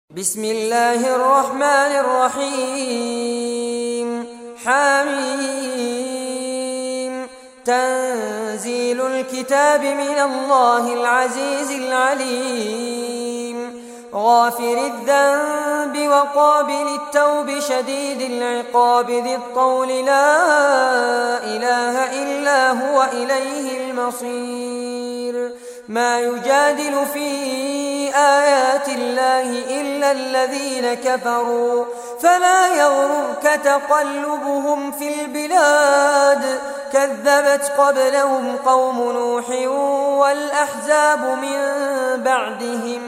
بسم الله الرحمن الرحيم حميم تنزيل الكتاب من الله العزيز العليم غافر الذنب وقابل التوب شديد العقاب ذي الطول لا إله إلا هو إليه المصير ما يجادل في آيات الله إلا الذين كفروا فلا يغررك تقلبهم في البلاد كذبت قبلهم قوم نوح والأحزاب من بعدهم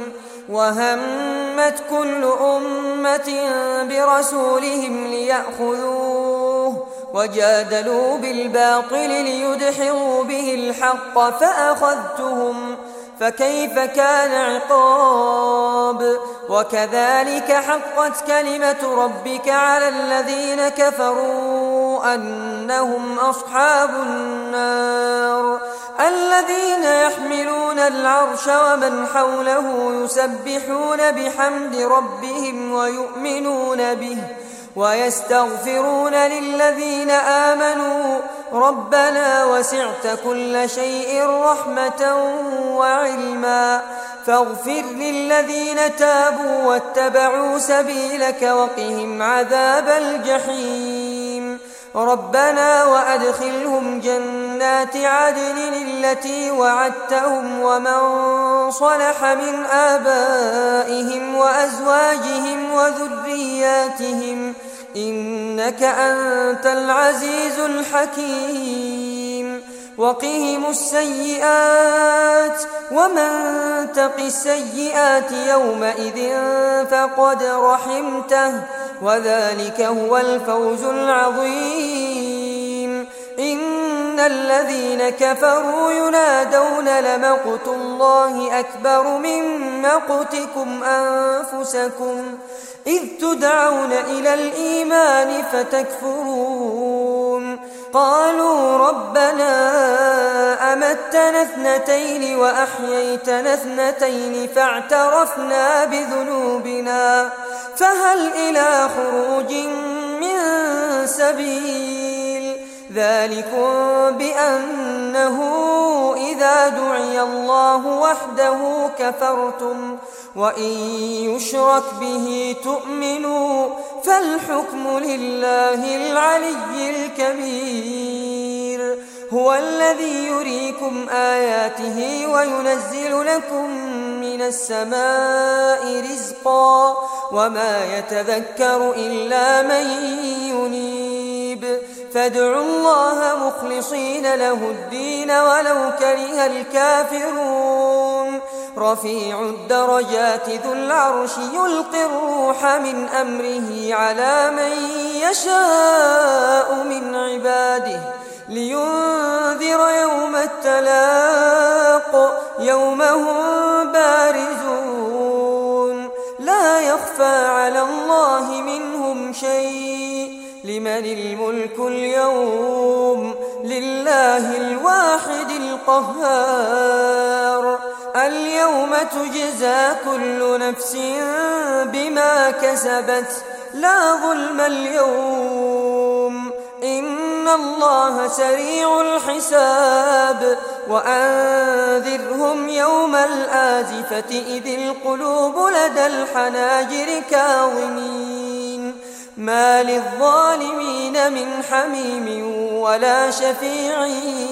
وهمت كل أمة برسولهم ليأخذوه وجادلوا بالباطل ليدحضوا به الحق فأخذتهم فكيف كان عقاب وكذلك حقت كلمة ربك على الذين كفروا أنهم أصحاب النار الذين يحملون العرش ومن حوله يسبحون بحمد ربهم ويؤمنون به ويستغفرون للذين آمنوا ربنا وسعت كل شيء رحمة وعلما فاغفر للذين تابوا واتبعوا سبيلك وقهم عذاب الجحيم ربنا وأدخلهم جنات عدن التي وعدتهم ومن صلح من آبائهم وأزواجهم وذرياتهم إنك أنت العزيز الحكيم وقهم السيئات ومن تق السيئات يومئذ فقد رحمته وذلك هو الفوز العظيم إن الذين كفروا ينادون لمقت الله أكبر من مقتكم أنفسكم إذ تدعون إلى الإيمان فتكفرون قالوا ربنا أمتنا اثنتين وأحييتنا اثنتين فاعترفنا بذنوبنا فهل إلى خروج من سبيل ذلكم بأنه إذا دعي الله وحده كفرتم وإن يشرك به تؤمنوا فالحكم لله العلي الكبير هو الذي يريكم آياته وينزل لكم من السماء رزقا وما يتذكر إلا من ينيب فادعوا الله مخلصين له الدين ولو كره الكافرون رفيع الدرجات ذو العرش يلقي الروح من أمره على من يشاء من عباده لينذر يوم التلاق يوم هم بارزون لا يخفى على الله منهم شيء لمن الملك اليوم لله الواحد القهار اليوم تجزى كل نفس بما كسبت لا ظلم اليوم إن الله سريع الحساب وأنذرهم يوم الآزفة إذ القلوب لدى الحناجر كاظمين ما للظالمين من حميم ولا شفيع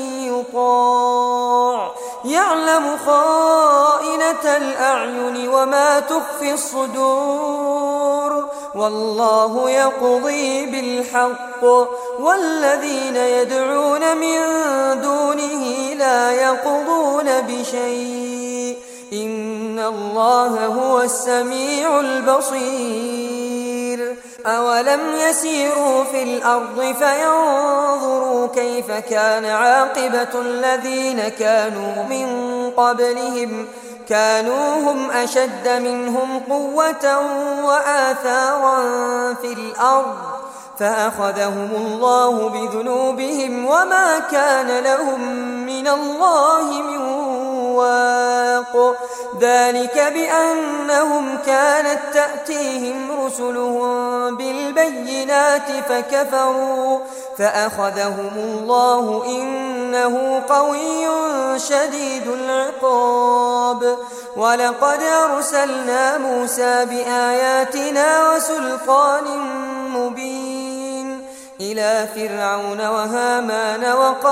يطاع يعلم خائنة الأعين وما تخفي الصدور والله يقضي بالحق والذين يدعون من دونه لا يقضون بشيء إن الله هو السميع البصير أولم يسيروا في الأرض فينظروا كيف كان عاقبة الذين كانوا من قبلهم كانوا هم أشد منهم قوة وآثارا في الأرض فأخذهم الله بذنوبهم وما كان لهم من الله من الواق ذلك بأنهم كانت تأتيهم رسلهم بالبينات فكفروا فأخذهم الله إنه قوي شديد العقاب ولقد أرسلنا موسى بآياتنا وسلطان مبين إلى فرعون وهامان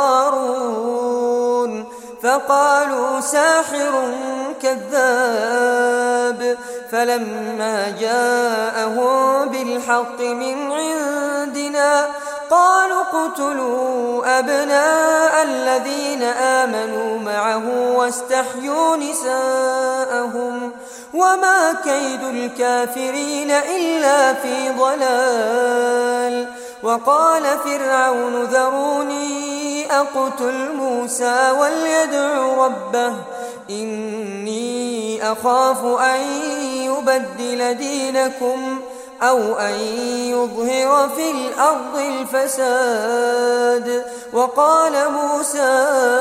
وقارون فقالوا ساحر كذاب فلما جاءهم بالحق من عندنا قالوا اقتلوا أبناء الذين آمنوا معه واستحيوا نساءهم وما كيد الكافرين إلا في ضلال وقال فرعون ذروني أقتل موسى وليدع ربه إني أخاف أن يبدل دينكم أو أن يظهر في الأرض الفساد وقال موسى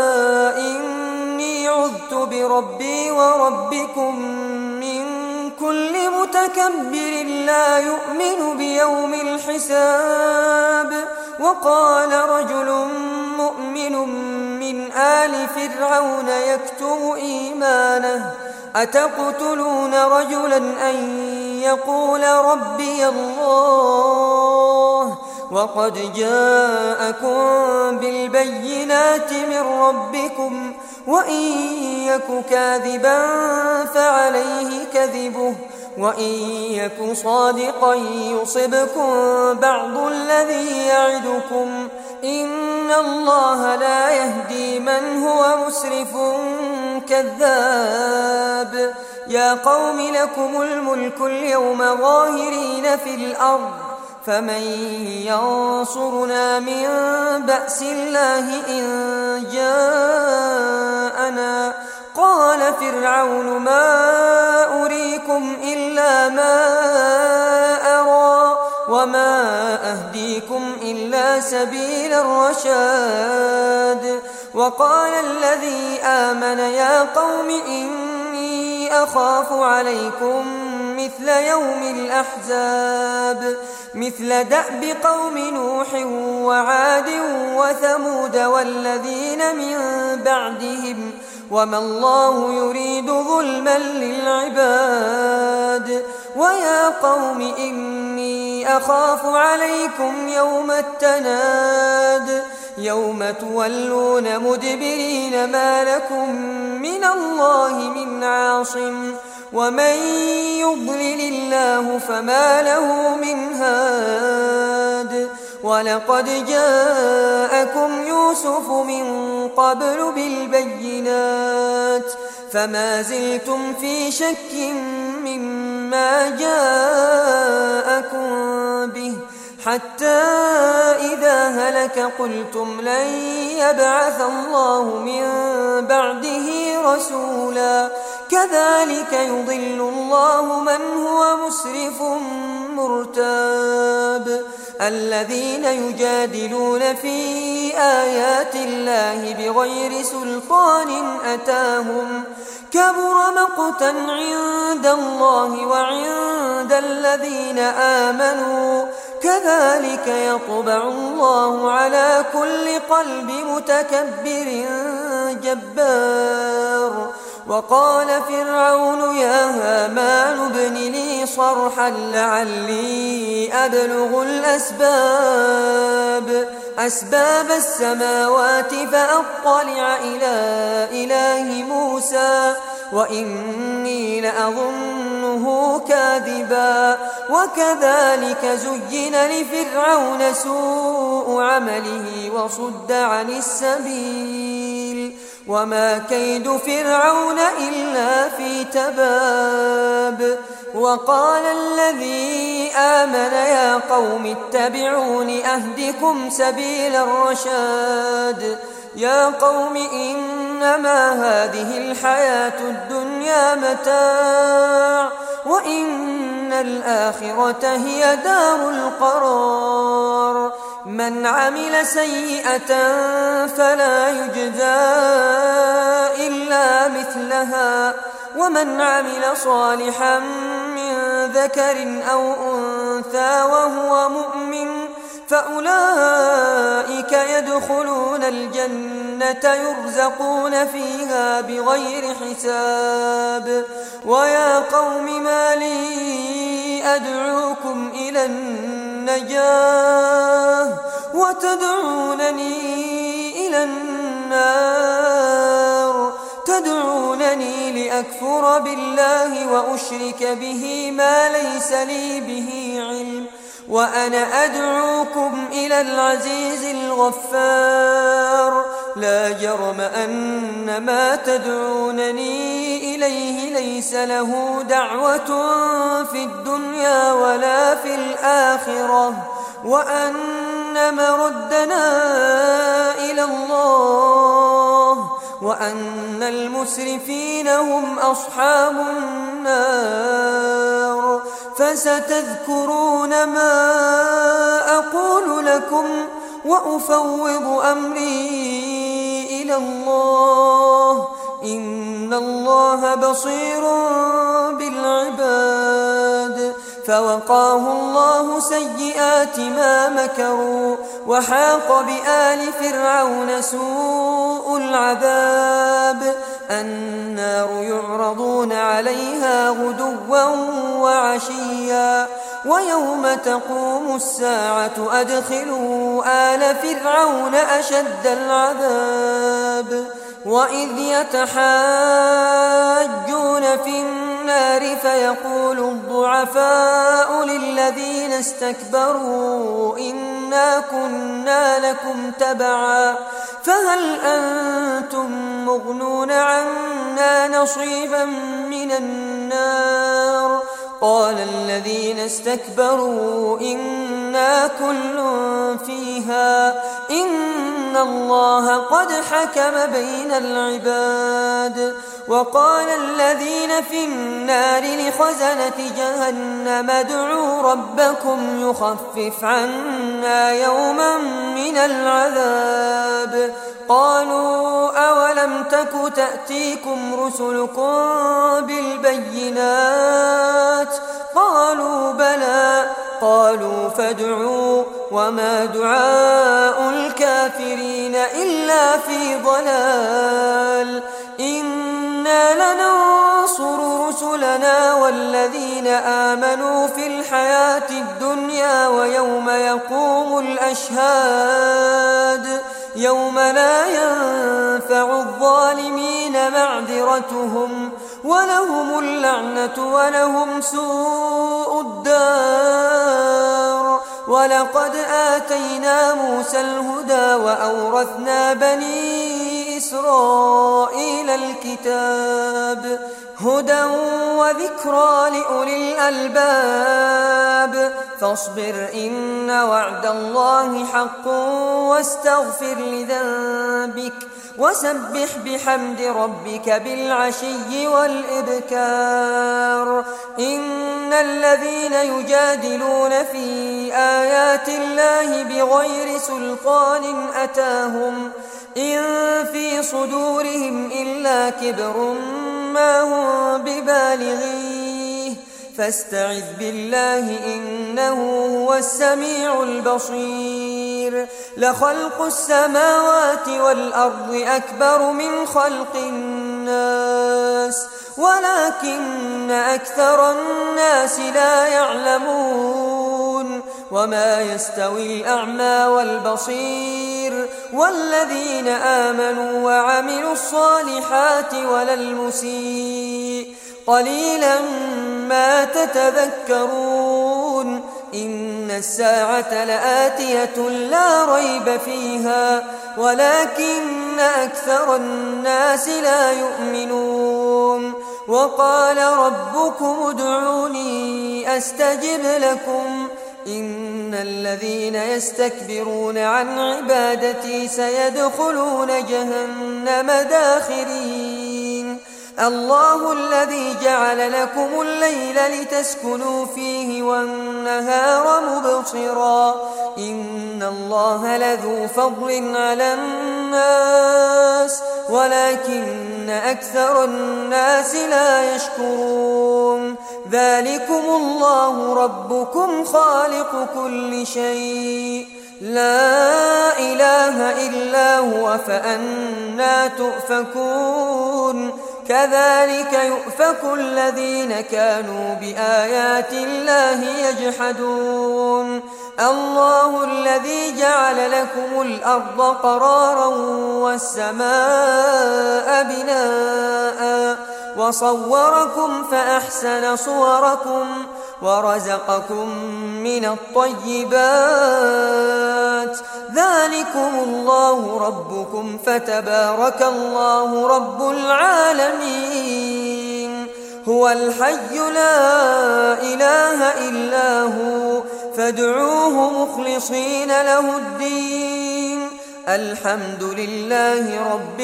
إني عذت بربي وربكم من كل متكبر لا يؤمن بيوم الحساب وقال رجل مؤمن من آل فرعون يكتم إيمانه أتقتلون رجلا أن يقول ربي الله وقد جاءكم بالبينات من ربكم وإن يك كاذبا فعليه كذبه وإن يك صادقا يصبكم بعض الذي يعدكم إن الله لا يهدي من هو مسرف كذاب يا قوم لكم الملك اليوم ظاهرين في الأرض فمن ينصرنا من بأس الله إن جاءنا قال فرعون ما أريكم إلا ما أرى وما أهديكم إلا سبيل الرشاد وقال الذي آمن يا قوم إني أخاف عليكم مثل يوم الأحزاب مثل دأب قوم نوح وعاد وثمود والذين من بعدهم وما الله يريد ظلما للعباد ويا قوم إني أخاف عليكم يوم التناد يوم تولون مدبرين ما لكم من الله من عاصم ومن يضلل الله فما له من هاد ولقد جاءكم يوسف من قبل بالبينات فما زلتم في شك مما جاءكم به حتى إذا هلك قلتم لن يبعث الله من بعده رسولا كذلك يضل الله من هو مسرف مرتاب الذين يجادلون في آيات الله بغير سلطان أتاهم كبر مقتا عند الله وعند الذين آمنوا كذلك يطبع الله على كل قلب متكبر جبار وقال فرعون يا هامان ابن لي صرحا لعلي أبلغ أسباب السماوات فأطلع إلى إله موسى وإني لأظنه كاذبا وكذلك زين لفرعون سوء عمله وصد عن السبيل وما كيد فرعون إلا في تباب وقال الذي آمن يا قوم اتبعون أهدكم سبيل الرشاد يا قوم إنما هذه الحياة الدنيا متاع وإن الآخرة هي دار القرار من عمل سيئة فلا يجزى إلا مثلها ومن عمل صالحا من ذكر أو أنثى وهو مؤمن فأولئك يدخلون الجنة يرزقون فيها بغير حساب. ويا قوم ما لي أدعوكم إلى النجاة وتدعونني إلى النار تدعونني لأكفر بالله وأشرك به ما ليس لي به علم وأنا أدعوكم إلى العزيز الغفار. لا جرم أن ما تدعونني إليه ليس له دعوة في الدنيا ولا في الآخرة وأن مردنا إلى الله وأن المسرفين هم أصحاب النار. فستذكرون ما أقول لكم وأفوض أمري إلى الله إن الله بصير بالعباد. فوقاه الله سيئات ما مكروا وحاق بآل فرعون سوء العذاب. النار يعرضون عليها غدوا وعشيا ويوم تقوم الساعة أدخلوا آل فرعون أشد العذاب. وإذ يتحاجون في النار فيقول الضعفاء للذين استكبروا إنا كنا لكم تبعا فهل أنتم مغنون عنا نصيبا من النار. قال الذين استكبروا إنا كل فيها إن الله قد حكم بين العباد. وقال الذين في النار لخزنة جهنم ادعوا ربكم يخفف عنا يوما من العذاب. قالوا أولم تك تأتيكم رسلكم بالبينات قالوا بلى قالوا فادعوا وما دعاء الكافرين إلا في ضلال. إنا لننصر رسلنا والذين آمنوا في الحياة الدنيا ويوم يقوم الأشهاد يوم لا ينفع الظالمين معذرتهم ولهم اللعنة ولهم سوء الدار. ولقد آتينا موسى الهدى وأورثنا بني إسرائيل الكتاب هدى وذكرى لأولي الألباب. فاصبر إن وعد الله حق واستغفر لذنبك وسبح بحمد ربك بالعشي والإبكار. إن الذين يجادلون في آيات الله بغير سلطان أتاهم إن في صدورهم إلا كبر ما هم ببالغيه فاستعذ بالله إنه هو السميع البصير. لخلق السماوات والأرض أكبر من خلق الناس ولكن أكثر الناس لا يعلمون. وما يستوي الأعمى والبصير والذين آمنوا وعملوا الصالحات ولا المسيء قليلا ما تتذكرون. إن الساعة لآتية لا ريب فيها ولكن أكثر الناس لا يؤمنون. وقال ربكم ادعوني أستجب لكم إن الذين يستكبرون عن عبادتي سيدخلون جهنم داخرين. الله الذي جعل لكم الليل لتسكنوا فيه والنهار مبصرا ناصرا إن الله لذو فضل على الناس ولكن أكثر الناس لا يشكرون ذلكم الله ربكم خالق كل شيء لا إله إلا هو فأنى تؤفكون كذلك يؤفك الذين كانوا بآيات الله يجحدون الله الذي جعل لكم الأرض قرارا والسماء بناء وصوركم فأحسن صوركم ورزقكم من الطيبات ذلكم الله ربكم فتبارك الله رب العالمين هو الحي لا إله إلا هو فادعوه مخلصين له الدين الحمد لله رب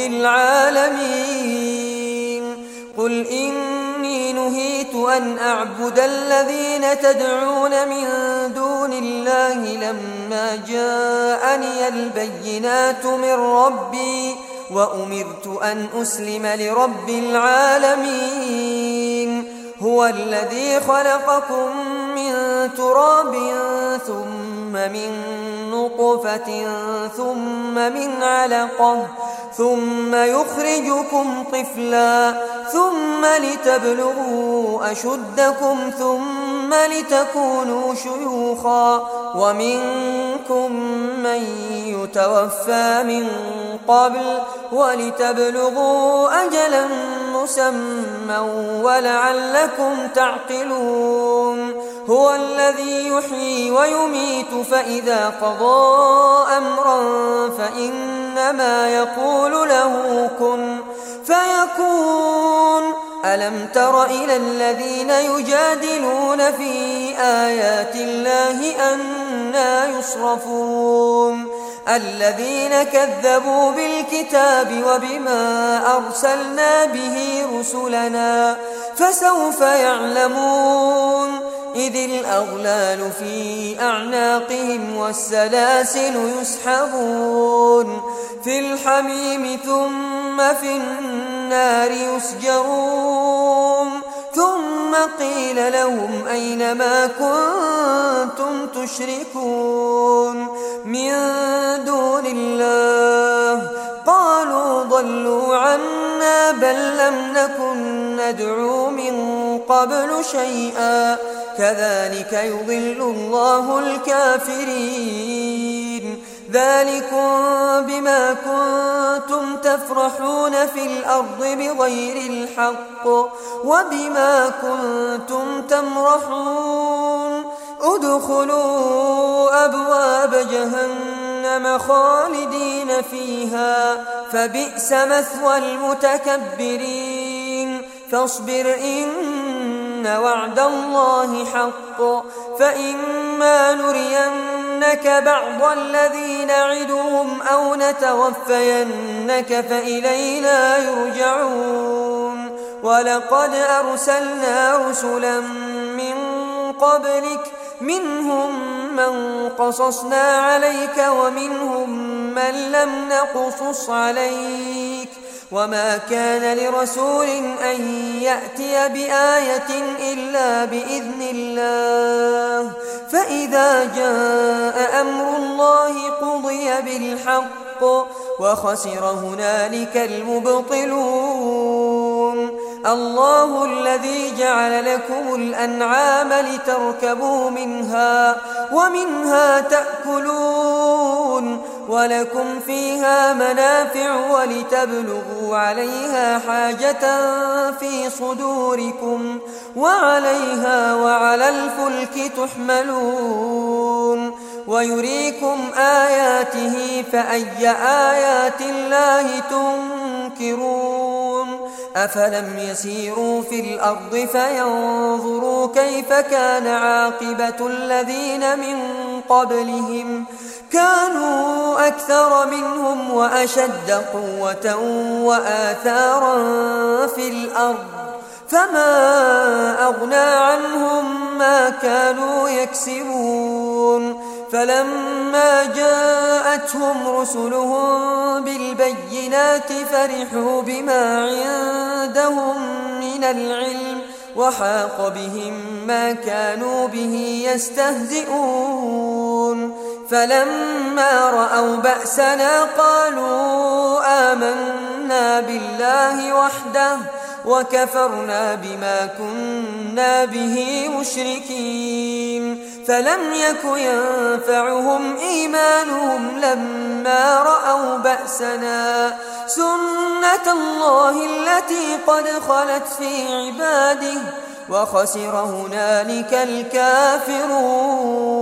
العالمين قل إني نهيت أن أعبد الذين تدعون من دون الله لما جاءني البينات من ربي وأمرت أن أسلم لرب العالمين هو الذي خلقكم من تراب ثم من نطفة ثم من علقة ثم يخرجكم طفلا ثم لتبلغوا أشدكم ثم لتكونوا شيوخا ومنكم من يتوفى من قبل ولتبلغوا أجلا مسمى ولعلكم تعقلون هو الذي يحيي ويميت فإذا قضى أمرا فإنما يقول له كن فيكون ألم تر إلى الذين يجادلون في آيات الله أنى يصرفون الذين كذبوا بالكتاب وبما أرسلنا به رسلنا فسوف يعلمون إذ الأغلال في أعناقهم والسلاسل يسحبون في الحميم ثم في النار يسجرون ثم قيل لهم أين ما كنتم تشركون من دون الله قالوا ضلوا عنا بل لم نكن ندعو من قبل شيئا كذلك يضل الله الكافرين ذلكم بما كنتم تفرحون في الأرض بغير الحق وبما كنتم تمرحون ادخلوا أبواب جهنم خالدين فيها فبئس مثوى المتكبرين فاصبر إن وعد الله حق فإما نرينك بعض الذي نعدهم أو نتوفينك فإلينا يرجعون ولقد أرسلنا رسلا من قبلك منهم من قصصنا عليك ومنهم من لم نقصص عليك وما كان لرسول أن يأتي بآية إلا بإذن الله فإذا جاء أمر الله قضي بالحق وخسر هنالك المبطلون الله الذي جعل لكم الأنعام لتركبوا منها ومنها تأكلون ولكم فيها منافع ولتبلغوا عليها حاجة في صدوركم وعليها وعلى الفلك تحملون ويريكم آياته فأي آيات الله تنكرون أفلم يسيروا في الأرض فينظروا كيف كان عاقبة الذين من قبلهم كانوا أكثر منهم وأشد قوة وآثارا في الأرض فما أغنى عنهم ما كانوا يكسبون فلما جاءتهم رسلهم بالبينات فرحوا بما عندهم من العلم وحاق بهم ما كانوا به يستهزئون فلما رأوا بأسنا قالوا آمنا بالله وحده وكفرنا بما كنا به مشركين فلم يك ينفعهم إيمانهم لما رأوا بأسنا سنة الله التي قد خلت في عباده وخسر هنالك الكافرون